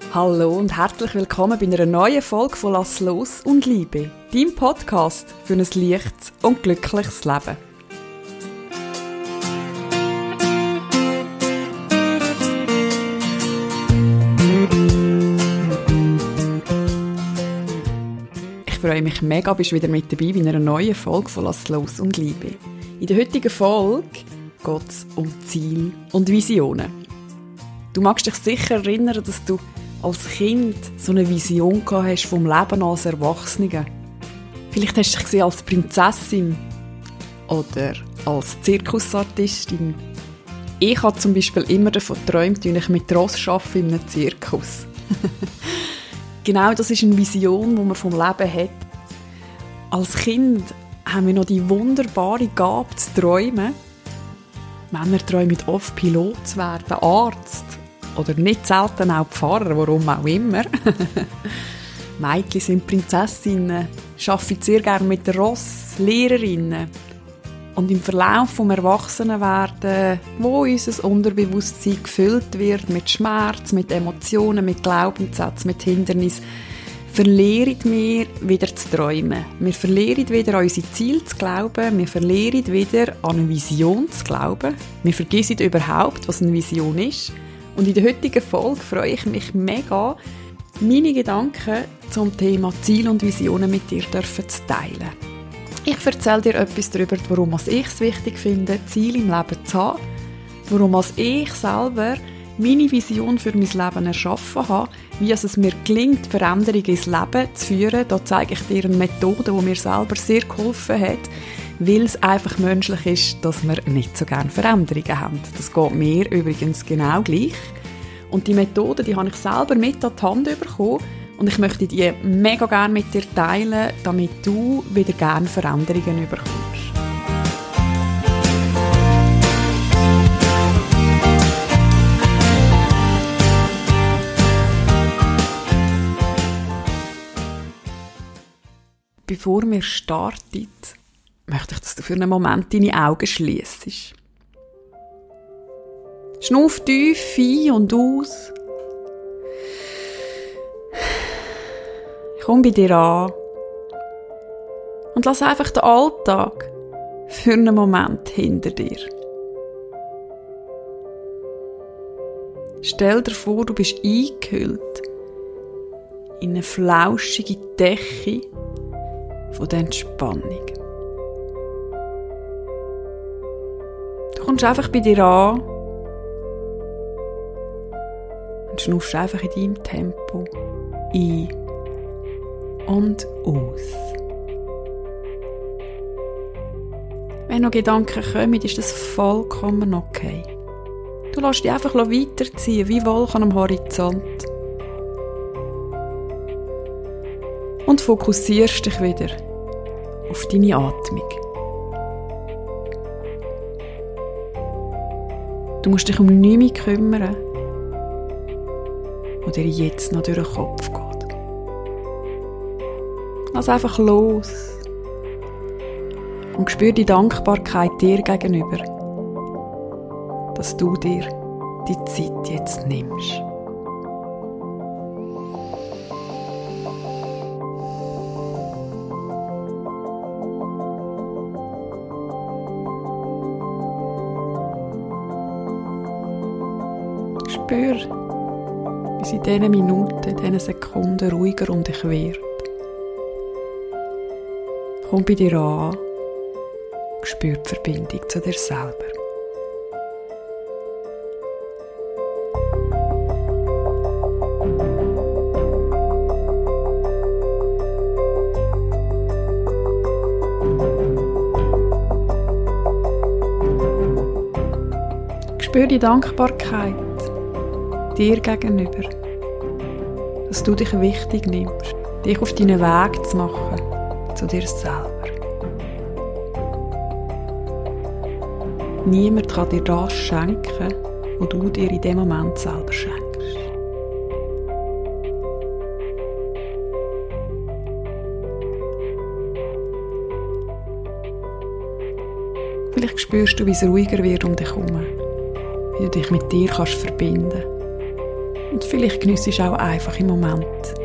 Hallo und herzlich willkommen bei einer neuen Folge von «Lass los und Liebe», deinem Podcast für ein leichtes und glückliches Leben. Ich freue mich mega, bist wieder mit dabei bei einer neuen Folge von «Lass los und Liebe». In der heutigen Folge geht es um Ziel und Visionen. Du magst dich sicher erinnern, dass du als Kind so eine Vision gehabt hast vom Leben als Erwachsene. Vielleicht hast du dich gesehen als Prinzessin oder als Zirkusartistin. Ich habe zum Beispiel immer davon geträumt, wie ich mit Ross arbeite in einem Zirkus. Genau, das ist eine Vision, die man vom Leben hat. Als Kind haben wir noch die wunderbare Gabe zu träumen. Männer träumen oft Pilot zu werden, Arzt oder nicht selten auch Pfarrer, warum auch immer. Mädchen sind Prinzessinnen, arbeiten sehr gerne mit der Ross, Lehrerinnen. Und im Verlauf des Erwachsenenwerden, wo unser Unterbewusstsein gefüllt wird mit Schmerz, mit Emotionen, mit Glaubenssätzen, mit Hindernissen, verlieren wir wieder zu träumen. Wir verlieren wieder an unsere Ziele zu glauben. Wir verlieren wieder an eine Vision zu glauben. Wir vergessen überhaupt, was eine Vision ist. Und in der heutigen Folge freue ich mich mega, meine Gedanken zum Thema Ziel und Visionen mit dir zu teilen. Ich erzähle dir etwas darüber, warum ich es wichtig finde, Ziele im Leben zu haben, warum ich selber meine Vision für mein Leben erschaffen habe, wie es mir gelingt, Veränderungen ins Leben zu führen. Da zeige ich dir eine Methode, die mir selber sehr geholfen hat, weil es einfach menschlich ist, dass wir nicht so gerne Veränderungen haben. Das geht mir übrigens genau gleich. Und die Methode, die habe ich selber mit an die Hand bekommen und ich möchte die mega gerne mit dir teilen, damit du wieder gerne Veränderungen bekommst. Bevor wir starten, möchte ich, dass du für einen Moment deine Augen schliessest. Schnuff tief ein und aus. Komm bei dir an und lass einfach den Alltag für einen Moment hinter dir. Stell dir vor, du bist eingehüllt in eine flauschige Decke von der Entspannung. Du kommst einfach bei dir an und schnuffst einfach in deinem Tempo ein und aus. Wenn noch Gedanken kommen, ist das vollkommen okay. Du lässt dich einfach weiterziehen, wie Wolken am Horizont. Und fokussierst dich wieder auf deine Atmung. Du musst dich um nichts mehr kümmern, was dir jetzt noch durch den Kopf geht. Lass einfach los und spür die Dankbarkeit dir gegenüber, dass du dir die Zeit jetzt nimmst. Spür, wie es in diesen Minuten, diesen Sekunden ruhiger um dich wird. Komm bei dir an, spür die Verbindung zu dir selber. Spür die Dankbarkeit dir gegenüber, dass du dich wichtig nimmst, dich auf deinen Weg zu machen zu dir selber. Niemand kann dir das schenken, was du dir in dem Moment selber schenkst. Vielleicht spürst du, wie es ruhiger wird um dich herum, wie du dich mit dir kannst verbinden. Und vielleicht geniessest du auch einfach im Moment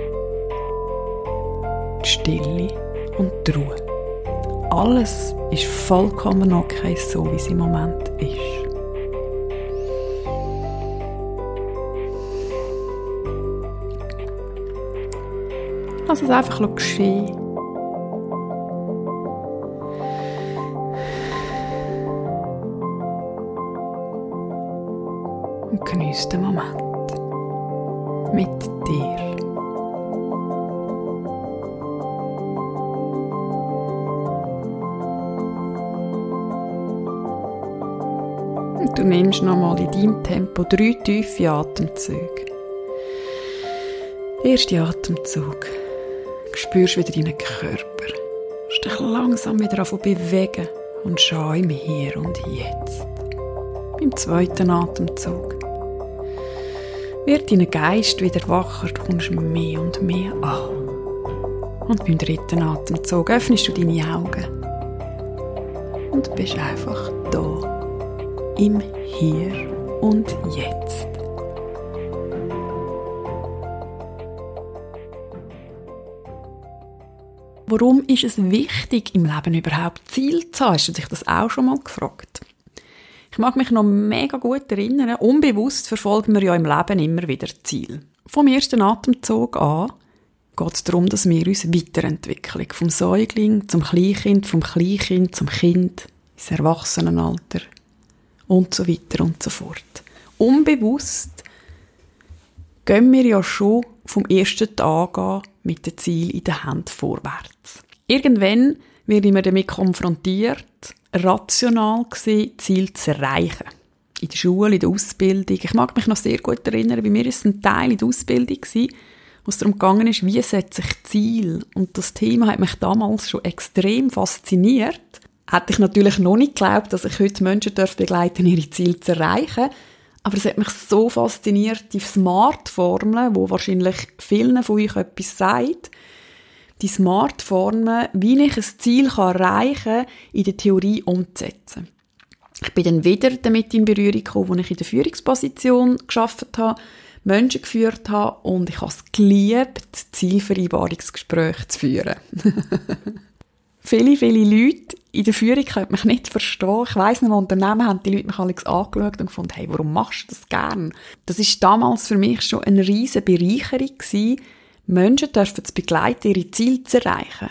die Stille und die Ruhe. Alles ist vollkommen okay, so wie es im Moment ist. Lass es einfach geschehen. Und geniesse den Moment mit dir. Und du nimmst nochmal in deinem Tempo 3 tiefe Atemzüge. Erster Atemzug. Du spürst wieder deinen Körper. Du dich langsam wieder bewegen und schau im Hier und Jetzt. Beim zweiten Atemzug wird dein Geist wieder wacher, du kommst mehr und mehr an. Und beim dritten Atemzug öffnest du deine Augen und bist einfach da, im Hier und Jetzt. Warum ist es wichtig, im Leben überhaupt Ziel zu haben? Hast du dich das auch schon mal gefragt? Ich mag mich noch mega gut erinnern, unbewusst verfolgen wir ja im Leben immer wieder Ziele. Vom ersten Atemzug an geht es darum, dass wir uns weiterentwickeln. Vom Säugling zum Kleinkind, vom Kleinkind zum Kind, ins Erwachsenenalter und so weiter und so fort. Unbewusst gehen wir ja schon vom ersten Tag an mit dem Ziel in der Hand vorwärts. Irgendwann werde ich mir damit konfrontiert, rational gesehen Ziel zu erreichen. In der Schule, in der Ausbildung. Ich mag mich noch sehr gut erinnern, bei mir war es ein Teil in der Ausbildung, wo es darum gegangen ist, wie setze ich Ziel. Und das Thema hat mich damals schon extrem fasziniert. Hätte ich natürlich noch nicht geglaubt, dass ich heute Menschen begleiten, ihre Ziele zu erreichen. Aber es hat mich so fasziniert, die Smart-Formel, wo wahrscheinlich vielen von euch etwas sagt, die Smart-Formel, wie ich ein Ziel erreichen kann, in der Theorie umzusetzen. Ich bin dann wieder damit in Berührung gekommen, als ich in der Führungsposition gearbeitet habe, Menschen geführt habe und ich habe es geliebt, Zielvereinbarungsgespräche zu führen. Viele Leute in der Führung können mich nicht verstehen. Ich weiss noch, im Unternehmen haben die Leute mich alle angeschaut und gefunden, hey, warum machst du das gern? Das war damals für mich schon eine riesige Bereicherung gewesen, Menschen dürfen zu begleiten, ihre Ziele zu erreichen.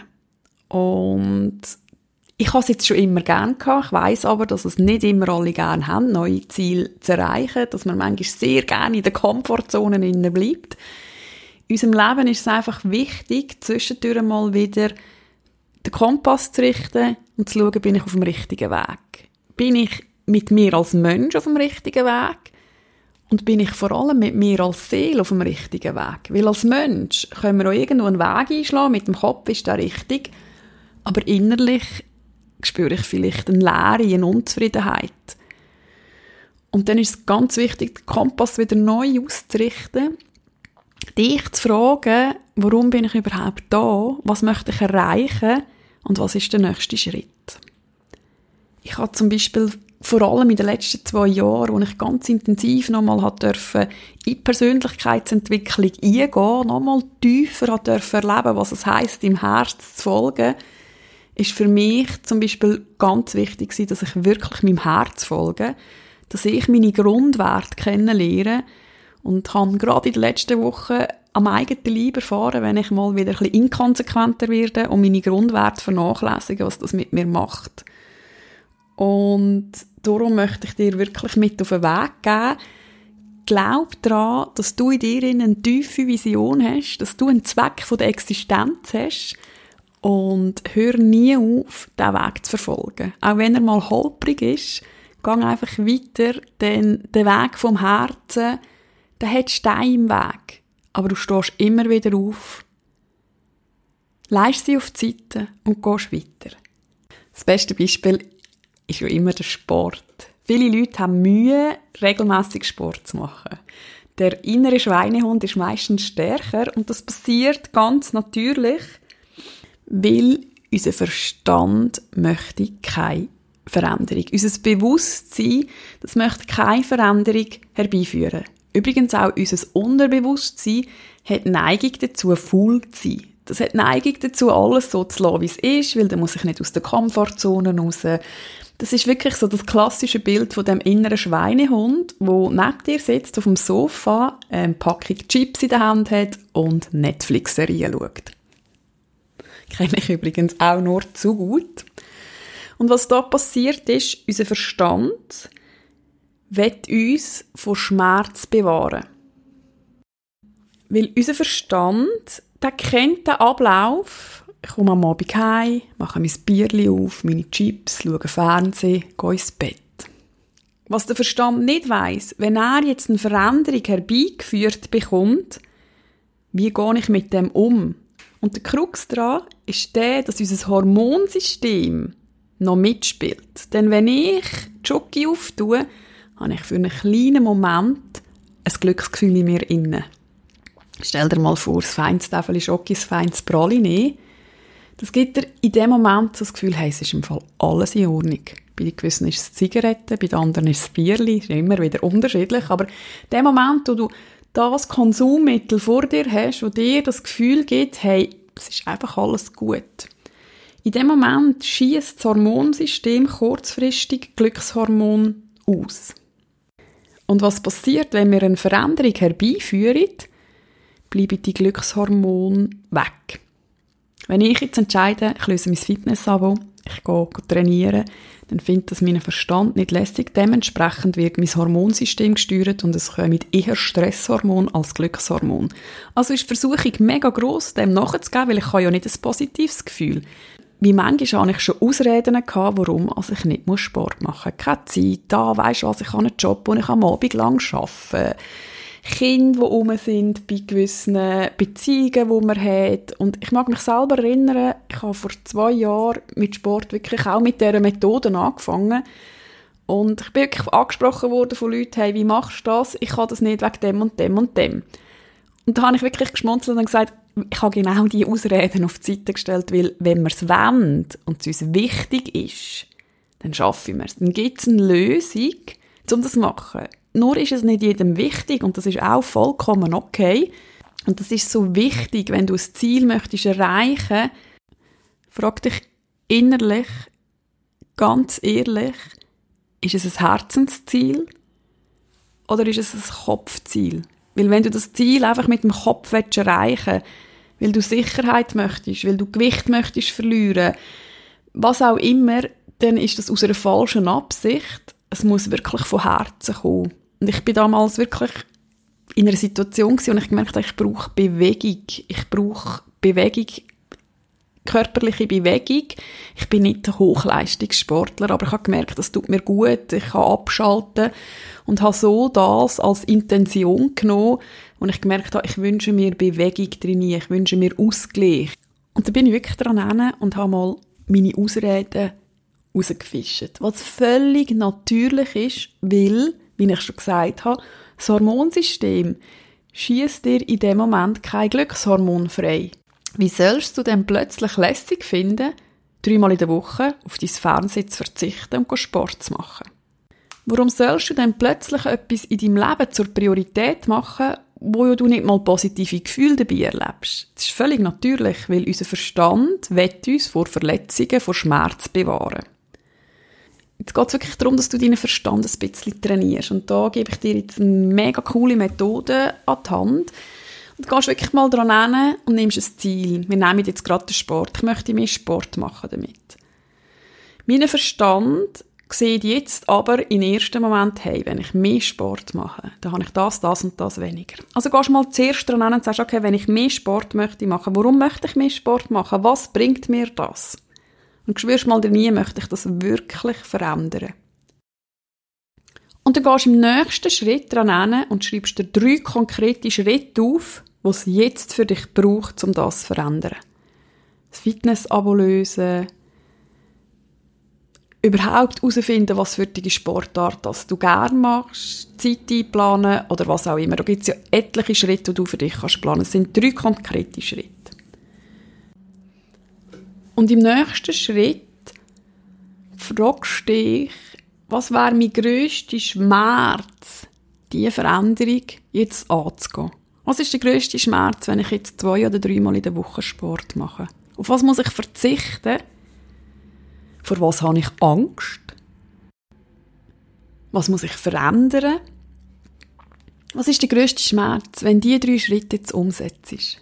Und ich habe es jetzt schon immer gern gehabt. Ich weiss aber, dass es nicht immer alle gern haben, neue Ziele zu erreichen, dass man manchmal sehr gerne in der Komfortzone bleibt. In unserem Leben ist es einfach wichtig, zwischendurch mal wieder den Kompass zu richten und zu schauen, bin ich auf dem richtigen Weg. Bin ich mit mir als Mensch auf dem richtigen Weg? Und bin ich vor allem mit mir als Seele auf dem richtigen Weg? Weil als Mensch können wir auch irgendwo einen Weg einschlagen, mit dem Kopf ist der richtig, aber innerlich spüre ich vielleicht eine Leere, eine Unzufriedenheit. Und dann ist es ganz wichtig, den Kompass wieder neu auszurichten, dich zu fragen, warum bin ich überhaupt da, was möchte ich erreichen und was ist der nächste Schritt. Ich habe zum Beispiel vor allem in den letzten 2 Jahren, wo ich ganz intensiv nochmal durfte in die Persönlichkeitsentwicklung eingehen, nochmal tiefer durfte erleben, was es heisst, im Herz zu folgen, ist für mich zum Beispiel ganz wichtig gewesen, dass ich wirklich meinem Herz folge, dass ich meine Grundwerte kennenlerne und habe gerade in den letzten Wochen am eigenen Leib erfahren, wenn ich mal wieder ein bisschen inkonsequenter werde und meine Grundwerte vernachlässige, was das mit mir macht. Und darum möchte ich dir wirklich mit auf den Weg geben. Glaub daran, dass du in dir eine tiefe Vision hast, dass du einen Zweck von der Existenz hast und hör nie auf, diesen Weg zu verfolgen. Auch wenn er mal holprig ist, geh einfach weiter, denn der Weg vom Herzen, der hat Steine im Weg. Aber du stehst immer wieder auf, leist sie auf die Seite und gehst weiter. Das beste Beispiel ist ja immer der Sport. Viele Leute haben Mühe, regelmässig Sport zu machen. Der innere Schweinehund ist meistens stärker und das passiert ganz natürlich, weil unser Verstand möchte keine Veränderung. Unser Bewusstsein, das möchte keine Veränderung herbeiführen. Übrigens auch unser Unterbewusstsein hat Neigung dazu, faul zu sein. Das hat Neigung dazu, alles so zu lassen, wie es ist, weil dann muss ich nicht aus der Komfortzone raus. Das ist wirklich so das klassische Bild von dem inneren Schweinehund, wo neben dir sitzt auf dem Sofa, eine Packung Chips in der Hand hat und Netflix-Serien schaut. Kenne ich übrigens auch nur zu gut. Und was da passiert ist, unser Verstand will uns vor Schmerz bewahren. Weil unser Verstand, der kennt den Ablauf. Ich komme am Abend heim, mache mein Bierchen auf, meine Chips, schaue Fernsehen, gehe ins Bett. Was der Verstand nicht weiss, wenn er jetzt eine Veränderung herbeigeführt bekommt, wie gehe ich mit dem um? Und der Krux daran ist der, dass unser Hormonsystem noch mitspielt. Denn wenn ich die Schoki auftue, habe ich für einen kleinen Moment ein Glücksgefühl in mir inne. Stell dir mal vor, das feines Täfeli Schoki, das feines Praline. Das gibt dir in dem Moment so das Gefühl, hey, es ist im Fall alles in Ordnung. Bei den gewissen ist es Zigaretten, bei den anderen ist es Bierli, ist immer wieder unterschiedlich. Aber in dem Moment, wo du das Konsummittel vor dir hast, wo dir das Gefühl gibt, hey, es ist einfach alles gut. In dem Moment schiesst das Hormonsystem kurzfristig Glückshormon aus. Und was passiert, wenn wir eine Veränderung herbeiführen, bleiben die Glückshormone weg. Wenn ich jetzt entscheide, ich löse mein Fitness-Abo, ich gehe trainieren, dann findet das mein Verstand nicht lässig. Dementsprechend wird mein Hormonsystem gesteuert und es kommen eher Stresshormon als Glückshormon. Also ist die Versuchung mega gross, dem nachzugeben, weil ich habe ja nicht ein positives Gefühl. Wie manchmal hatte ich schon Ausreden gehabt, warum ich nicht Sport machen muss. Keine Zeit, weisst du was, ich habe einen Job, wo ich am Abend lang arbeite. Kinder, die rum sind, bei gewissen Beziehungen, die man hat. Und ich mag mich selber erinnern, ich habe vor 2 Jahren mit Sport wirklich auch mit dieser Methode angefangen. Und ich bin wirklich angesprochen worden von Leuten, hey, wie machst du das? Ich kann das nicht wegen dem und dem und dem. Und da habe ich wirklich geschmunzelt und gesagt, ich habe genau diese Ausreden auf die Seite gestellt, weil wenn wir es wollen und es uns wichtig ist, dann schaffen wir es. Dann gibt es eine Lösung, um das zu machen. Nur ist es nicht jedem wichtig und das ist auch vollkommen okay. Und das ist so wichtig, wenn du ein Ziel möchtest erreichen, frag dich innerlich, ganz ehrlich, ist es ein Herzensziel oder ist es ein Kopfziel? Weil wenn du das Ziel einfach mit dem Kopf erreichen willst, weil du Sicherheit möchtest, weil du Gewicht möchtest verlieren, was auch immer, dann ist das aus einer falschen Absicht. Es muss wirklich von Herzen kommen. Und ich bin damals wirklich in einer Situation gewesen, und ich gemerkt habe, ich brauche Bewegung. Ich brauche Bewegung, körperliche Bewegung. Ich bin nicht ein Hochleistungssportler, aber ich habe gemerkt, das tut mir gut. Ich kann abschalten und habe so das als Intention genommen, und ich gemerkt habe, ich wünsche mir Bewegung drin, ich wünsche mir Ausgleich. Und da bin ich wirklich dran hin und habe mal meine Ausreden rausgefischt. Was völlig natürlich ist, weil, wie ich schon gesagt habe, das Hormonsystem schiesst dir in dem Moment kein Glückshormon frei. Wie sollst du denn plötzlich lässig finden, 3-mal in der Woche auf dein Fernsehen zu verzichten und Sport zu machen? Warum sollst du denn plötzlich etwas in deinem Leben zur Priorität machen, wo du nicht mal positive Gefühle dabei erlebst? Das ist völlig natürlich, weil unser Verstand will uns vor Verletzungen, vor Schmerz bewahren. Jetzt geht es wirklich darum, dass du deinen Verstand ein bisschen trainierst. Und da gebe ich dir jetzt eine mega coole Methode an die Hand. Und du gehst wirklich mal dran hin und nimmst ein Ziel. Wir nehmen jetzt gerade den Sport. Ich möchte mehr Sport machen damit. Mein Verstand sieht jetzt aber im ersten Moment, hey, wenn ich mehr Sport mache, dann habe ich das und das weniger. Also gehst du mal zuerst dran hin und sagst, okay, wenn ich mehr Sport möchte machen, warum möchte ich mehr Sport machen? Was bringt mir das? Und spürst mal nie, möchte ich das wirklich verändern. Und dann gehst du im nächsten Schritt dran hin und schreibst dir 3 konkrete Schritte auf, die es jetzt für dich braucht, um das zu verändern. Das Fitness-Abo lösen, überhaupt herausfinden, was für die Sportart das du gerne machst, Zeit einplanen oder was auch immer. Da gibt es ja etliche Schritte, die du für dich kannst planen. Es sind 3 konkrete Schritte. Und im nächsten Schritt fragst du dich, was wäre mein grösster Schmerz, diese Veränderung jetzt anzugehen? Was ist der grösste Schmerz, wenn ich jetzt 2 oder 3 Mal in der Woche Sport mache? Auf was muss ich verzichten? Vor was habe ich Angst? Was muss ich verändern? Was ist der grösste Schmerz, wenn diese 3 Schritte jetzt umsetzt?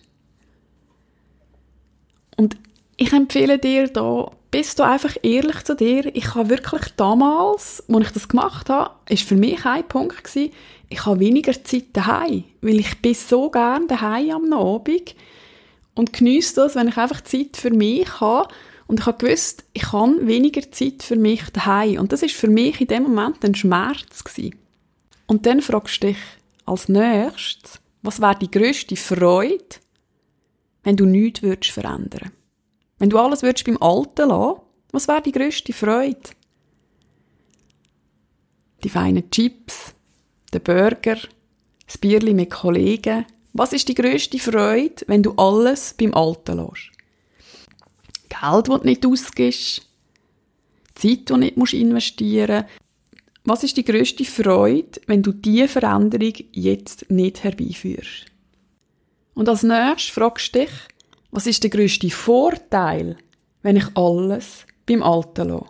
Und ich empfehle dir da, bist du einfach ehrlich zu dir. Ich habe wirklich damals, als ich das gemacht habe, ist für mich ein Punkt gewesen, ich habe weniger Zeit daheim, weil ich bin so gerne daheim am Abend und geniesse das, wenn ich einfach Zeit für mich habe. Und ich habe gewusst, ich habe weniger Zeit für mich daheim. Und das ist für mich in dem Moment ein Schmerz gewesen. Und dann fragst du dich als nächstes, was wäre die grösste Freude, wenn du nichts verändern würdest? Wenn du alles beim Alten lassen, was wäre die grösste Freude? Die feinen Chips, der Burger, das Bierli mit Kollegen. Was ist die grösste Freude, wenn du alles beim Alten lässt? Geld, das du nicht ausgibst, Zeit, die du nicht investieren musst. Was ist die grösste Freude, wenn du diese Veränderung jetzt nicht herbeiführst? Und als nächstes fragst du dich, was ist der grösste Vorteil, wenn ich alles beim Alten lasse?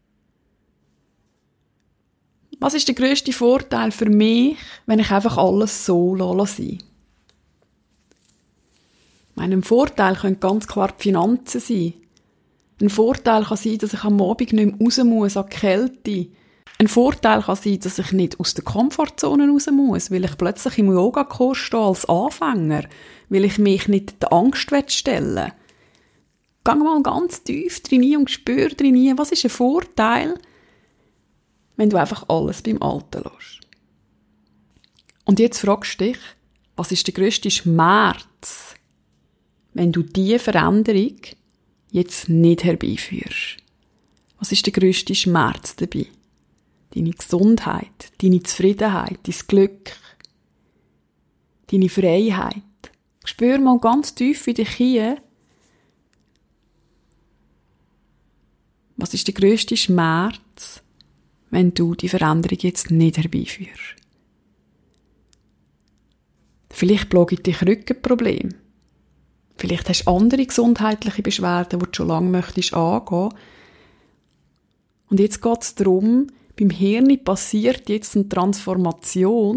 Was ist der grösste Vorteil für mich, wenn ich einfach alles so lasse? Ein Vorteil können ganz klar die Finanzen sein. Ein Vorteil kann sein, dass ich am Abend nicht mehr raus muss an die Kälte. Ein Vorteil kann sein, dass ich nicht aus der Komfortzone raus muss, weil ich plötzlich im Yogakurs stehe als Anfänger, weil ich mich nicht der Angst stellen will. Geh mal ganz tief drin und spür drin, was ist ein Vorteil, wenn du einfach alles beim Alten lässt. Und jetzt fragst du dich, was ist der grösste Schmerz, wenn du diese Veränderung jetzt nicht herbeiführst? Was ist der grösste Schmerz dabei? Deine Gesundheit, deine Zufriedenheit, dein Glück, deine Freiheit. Spür mal ganz tief in dich hin, was ist der grösste Schmerz, wenn du die Veränderung jetzt nicht herbeiführst? Vielleicht plagt dich Rückenproblem. Vielleicht hast du andere gesundheitliche Beschwerden, die du schon lange möchtest angehen. Und jetzt geht es darum, beim Hirn passiert jetzt eine Transformation,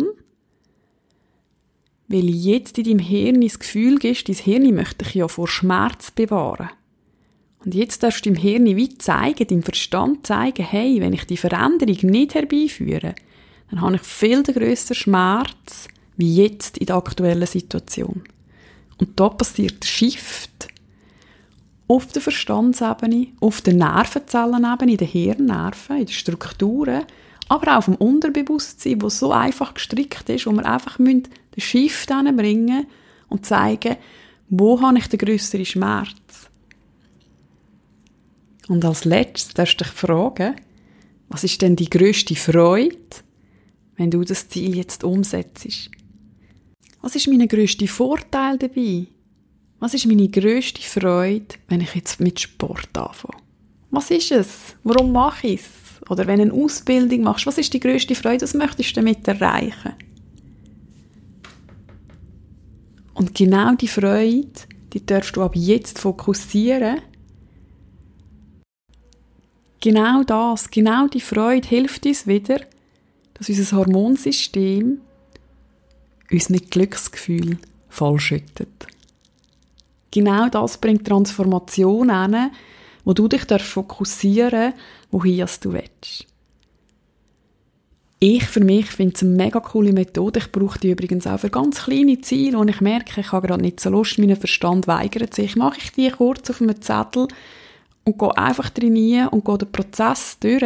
weil jetzt in deinem Hirn das Gefühl ist, dein Hirn möchte dich ja vor Schmerz bewahren. Und jetzt darfst du dem Hirn wie zeigen, deinem Verstand zeigen, hey, wenn ich die Veränderung nicht herbeiführe, dann habe ich viel grösseren Schmerz wie jetzt in der aktuellen Situation. Und da passiert der Shift auf der Verstandsebene, auf der Nervenzellenebene, in den Hirnnerven, in den Strukturen, aber auch auf dem Unterbewusstsein, das so einfach gestrickt ist, wo wir einfach den Shift hinbringen und zeigen, wo habe ich den grösseren Schmerz. Und als letztes darfst du dich fragen, was ist denn die grösste Freude, wenn du das Ziel jetzt umsetzt? Was ist mein grösster Vorteil dabei? Was ist meine grösste Freude, wenn ich jetzt mit Sport anfange? Was ist es? Warum mache ich es? Oder wenn du eine Ausbildung machst, was ist die grösste Freude? Was möchtest du damit erreichen? Und genau die Freude, die darfst du ab jetzt fokussieren. Genau das, genau die Freude hilft uns wieder, dass unser Hormonsystem uns mit Glücksgefühl vollschüttet. Genau das bringt Transformation an, wo du dich fokussieren darfst, wohin du willst. Ich für mich finde es eine mega coole Methode. Ich brauche die übrigens auch für ganz kleine Ziele, wo ich merke, ich habe gerade nicht so Lust, mein Verstand weigert sich. Mache ich die kurz auf einem Zettel und gehe einfach drin und gehe den Prozess durch.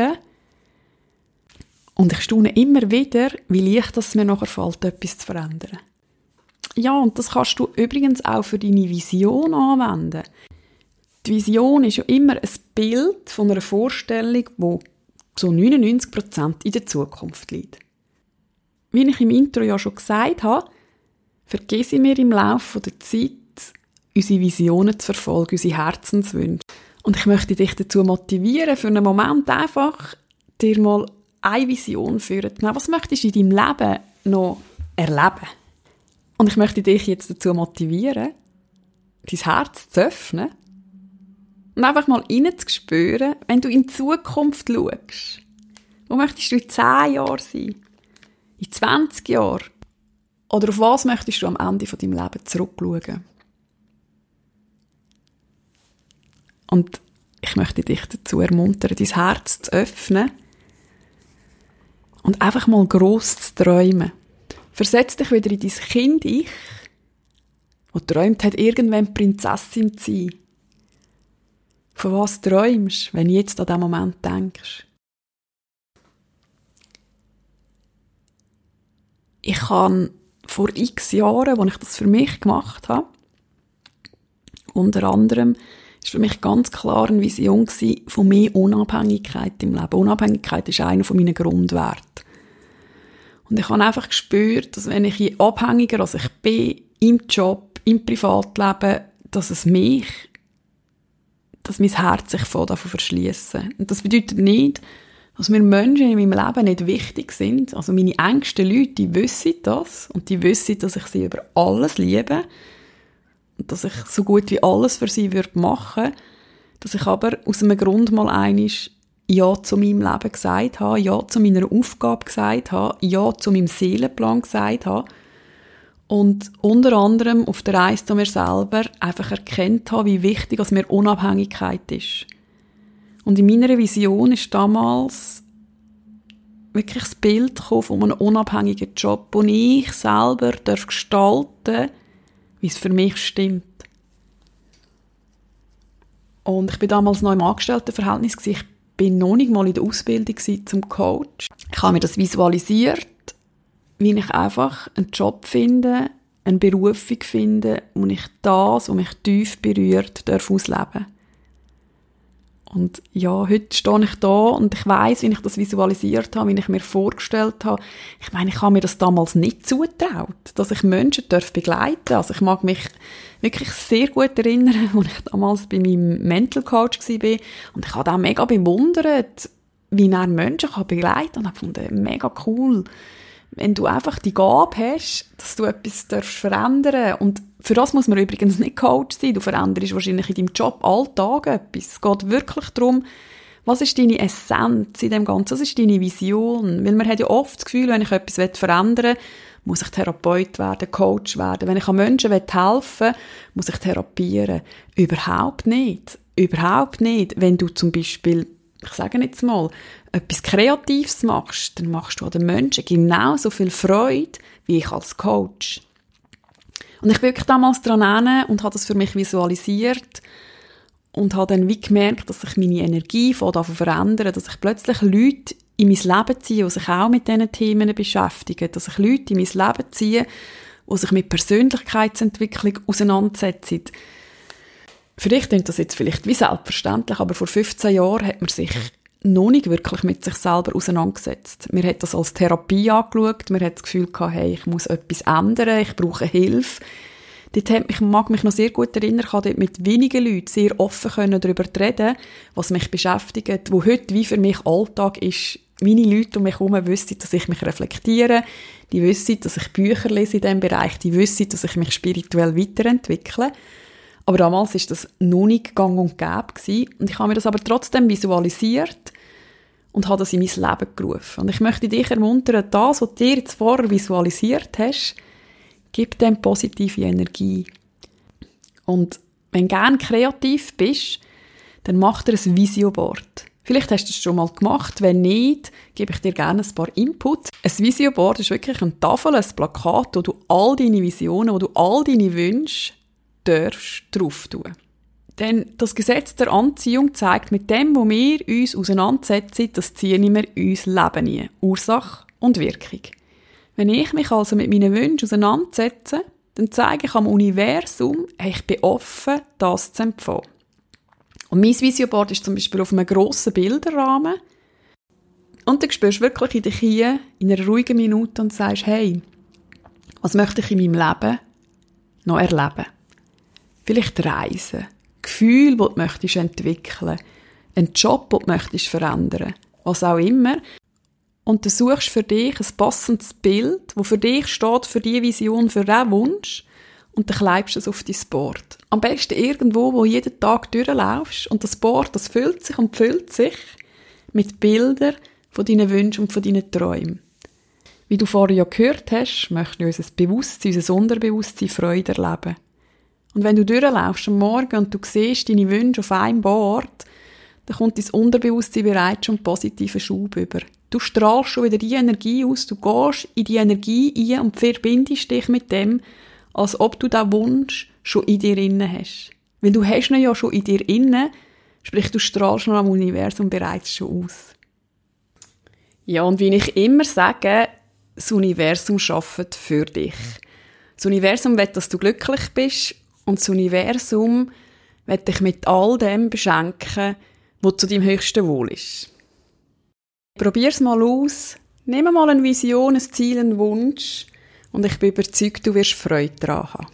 Und ich staune immer wieder, wie leicht es mir nachher fällt, etwas zu verändern. Ja, und das kannst du übrigens auch für deine Vision anwenden. Die Vision ist ja immer ein Bild von einer Vorstellung, die zu 99% in der Zukunft liegt. Wie ich im Intro ja schon gesagt habe, vergessen wir im Laufe der Zeit, unsere Visionen zu verfolgen, unsere Herzenswünsche. Und ich möchte dich dazu motivieren, für einen Moment einfach dir mal eine Vision führen. Was möchtest du in deinem Leben noch erleben. Und ich möchte dich jetzt dazu motivieren, dein Herz zu öffnen und einfach mal reinzuspüren, wenn du in die Zukunft schaust. Wo möchtest du in 10 Jahren sein? In 20 Jahren? Oder auf was möchtest du am Ende von deinem Leben zurückschauen? Und ich möchte dich dazu ermuntern, dein Herz zu öffnen und einfach mal gross zu träumen. Versetz dich wieder in dein Kind-Ich, das träumt hat, irgendwann Prinzessin zu sein. Von was träumst du, wenn du jetzt an diesen Moment denkst? Ich habe vor x Jahren, als ich das für mich gemacht habe, unter anderem, war für mich ganz klar eine Vision von mehr Unabhängigkeit im Leben. Unabhängigkeit ist einer meiner Grundwerte. Und ich habe einfach gespürt, dass wenn ich je abhängiger als ich bin, im Job, im Privatleben, dass mein Herz sich davon verschliessen. Und das bedeutet nicht, dass mir Menschen in meinem Leben nicht wichtig sind. Also meine engsten Leute, die wissen das. Und die wissen, dass ich sie über alles liebe. Und dass ich so gut wie alles für sie machen würde. Dass ich aber aus einem Grund mal einisch Ja zu meinem Leben gesagt habe, Ja zu meiner Aufgabe gesagt habe, Ja zu meinem Seelenplan gesagt habe. Und unter anderem auf der Reise zu mir selber einfach erkannt habe, wie wichtig es mir Unabhängigkeit ist. Und in meiner Vision ist damals wirklich das Bild gekommen von einem unabhängigen Job, wo ich selber gestalten darf, wie es für mich stimmt. Und ich bin damals noch im Angestelltenverhältnis gewesen. Ich bin noch nicht mal in der Ausbildung zum Coach. Ich habe mir das visualisiert, wie ich einfach einen Job finde, eine Berufung finde, wo ich das, was mich tief berührt, ausleben darf. Und ja, heute stehe ich da und ich weiss, wie ich das visualisiert habe, wie ich mir vorgestellt habe. Ich meine, ich habe mir das damals nicht zugetraut, dass ich Menschen begleiten darf. Also ich mag mich wirklich sehr gut erinnern, als ich damals bei meinem Mental Coach war. Und ich habe auch mega bewundert, wie er Menschen begleiten kann. Und ich fand mega cool, wenn du einfach die Gabe hast, dass du etwas verändern darfst. Und für das muss man übrigens nicht Coach sein. Du veränderst wahrscheinlich in deinem Job alltag etwas. Es geht wirklich darum, was ist deine Essenz in dem Ganzen? Was ist deine Vision? Weil man hat ja oft das Gefühl, wenn ich etwas verändern will, muss ich Therapeut werden, Coach werden. Wenn ich an Menschen helfen will, muss ich therapieren. Überhaupt nicht. Überhaupt nicht. Wenn du zum Beispiel, ich sage jetzt mal, etwas Kreatives machst, dann machst du an den Menschen genauso viel Freude wie ich als Coach. Und ich bin wirklich damals dran und habe das für mich visualisiert und habe dann wie gemerkt, dass sich meine Energie verändert, dass ich plötzlich Leute in mein Leben ziehe, die sich auch mit diesen Themen beschäftigen, dass ich Leute in mein Leben ziehe, die sich mit Persönlichkeitsentwicklung auseinandersetzen. Für dich klingt das jetzt vielleicht wie selbstverständlich, aber vor 15 Jahren hat man sich noch nicht wirklich mit sich selber auseinandergesetzt. Man hat das als Therapie angeschaut, man hat das Gefühl gehabt, hey, ich muss etwas ändern, ich brauche Hilfe. Ich mag mich noch sehr gut erinnern, ich konnte dort mit wenigen Leuten sehr offen darüber reden, was mich beschäftigt, wo heute wie für mich Alltag ist. Meine Leute um mich herum wissen, dass ich mich reflektiere, die wissen, dass ich Bücher lese in diesem Bereich, die wissen, dass ich mich spirituell weiterentwickle. Aber damals war das noch nicht gang und gäbe gewesen. Und ich habe mir das aber trotzdem visualisiert und habe das in mein Leben gerufen. Und ich möchte dich ermuntern, das, was du dir jetzt vorher visualisiert hast, gib dem positive Energie. Und wenn du gerne kreativ bist, dann mach dir ein Visioboard. Vielleicht hast du es schon mal gemacht. Wenn nicht, gebe ich dir gerne ein paar Inputs. Ein Visioboard ist wirklich eine Tafel, ein Plakat, wo du all deine Visionen, wo du all deine Wünsche darfst drauf tun. Denn das Gesetz der Anziehung zeigt, mit dem, wo wir uns auseinandersetzen, das ziehen wir uns Leben ein. Ursache und Wirkung. Wenn ich mich also mit meinen Wünschen auseinandersetze, dann zeige ich am Universum, ich bin offen, das zu empfangen. Und mein Visionboard ist zum Beispiel auf einem grossen Bilderrahmen. Und dann spürst du wirklich in dich hier, in einer ruhigen Minute und sagst, hey, was möchte ich in meinem Leben noch erleben? Vielleicht Reisen, Gefühle, die du möchtest entwickeln, einen Job, den du möchtest verändern, was auch immer. und du suchst für dich ein passendes Bild, das für dich steht, für diese Vision, für diesen Wunsch, und dann kleibst du es auf dein Board. Am besten irgendwo, wo jeden Tag durchlaufst, und das Board, das füllt sich und füllt sich mit Bildern von deinen Wünschen und von deinen Träumen. Wie du vorher ja gehört hast, möchten unser Bewusstsein, unser Unterbewusstsein Freude erleben. Und wenn du durchlaufst am Morgen und du siehst deine Wünsche auf einem Board, dann kommt dein Unterbewusstsein bereits schon einen positiven Schub über. Du strahlst schon wieder die Energie aus, du gehst in die Energie ein und verbindest dich mit dem, als ob du diesen Wunsch schon in dir innen hast. Weil du hast ihn ja schon in dir innen, sprich du strahlst noch am Universum bereits schon aus. Ja, und wie ich immer sage, das Universum arbeitet für dich. Das Universum will, dass du glücklich bist, und das Universum will dich mit all dem beschenken, was zu deinem höchsten Wohl ist. Probier's mal aus, nimm mal eine Vision, ein Ziel, einen Wunsch, und ich bin überzeugt, du wirst Freude daran haben.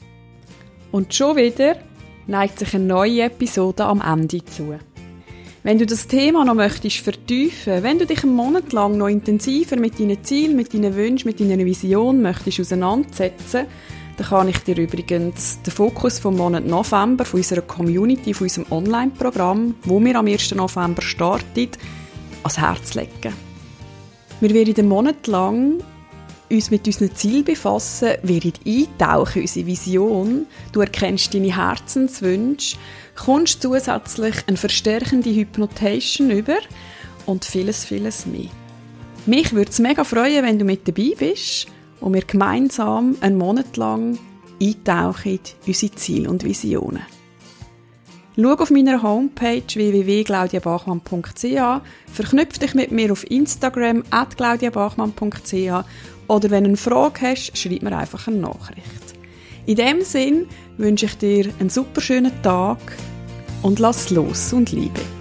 Und schon wieder neigt sich eine neue Episode am Ende zu. Wenn du das Thema noch möchtest vertiefen, wenn du dich einen Monat lang noch intensiver mit deinen Zielen, mit deinen Wünschen, mit deiner Vision möchtest auseinandersetzen, dann kann ich dir übrigens den Fokus vom Monat November von unserer Community, von unserem Online-Programm, wo wir am 1. November starten, ans Herz legen. Wir werden den Monat lang uns mit unseren Zielen befassen, werden eintauchen in unsere Vision, du erkennst deine Herzenswünsche, kommst zusätzlich eine verstärkende Hypnotation über und vieles, vieles mehr. Mich würde es mega freuen, wenn du mit dabei bist und wir gemeinsam einen Monat lang eintauchen in unsere Ziele und Visionen. Schau auf meiner Homepage www.claudiabachmann.ch, verknüpf dich mit mir auf Instagram @claudiabachmann.ch oder wenn du eine Frage hast, schreib mir einfach eine Nachricht. In diesem Sinn wünsche ich dir einen super schönen Tag und lass los und liebe.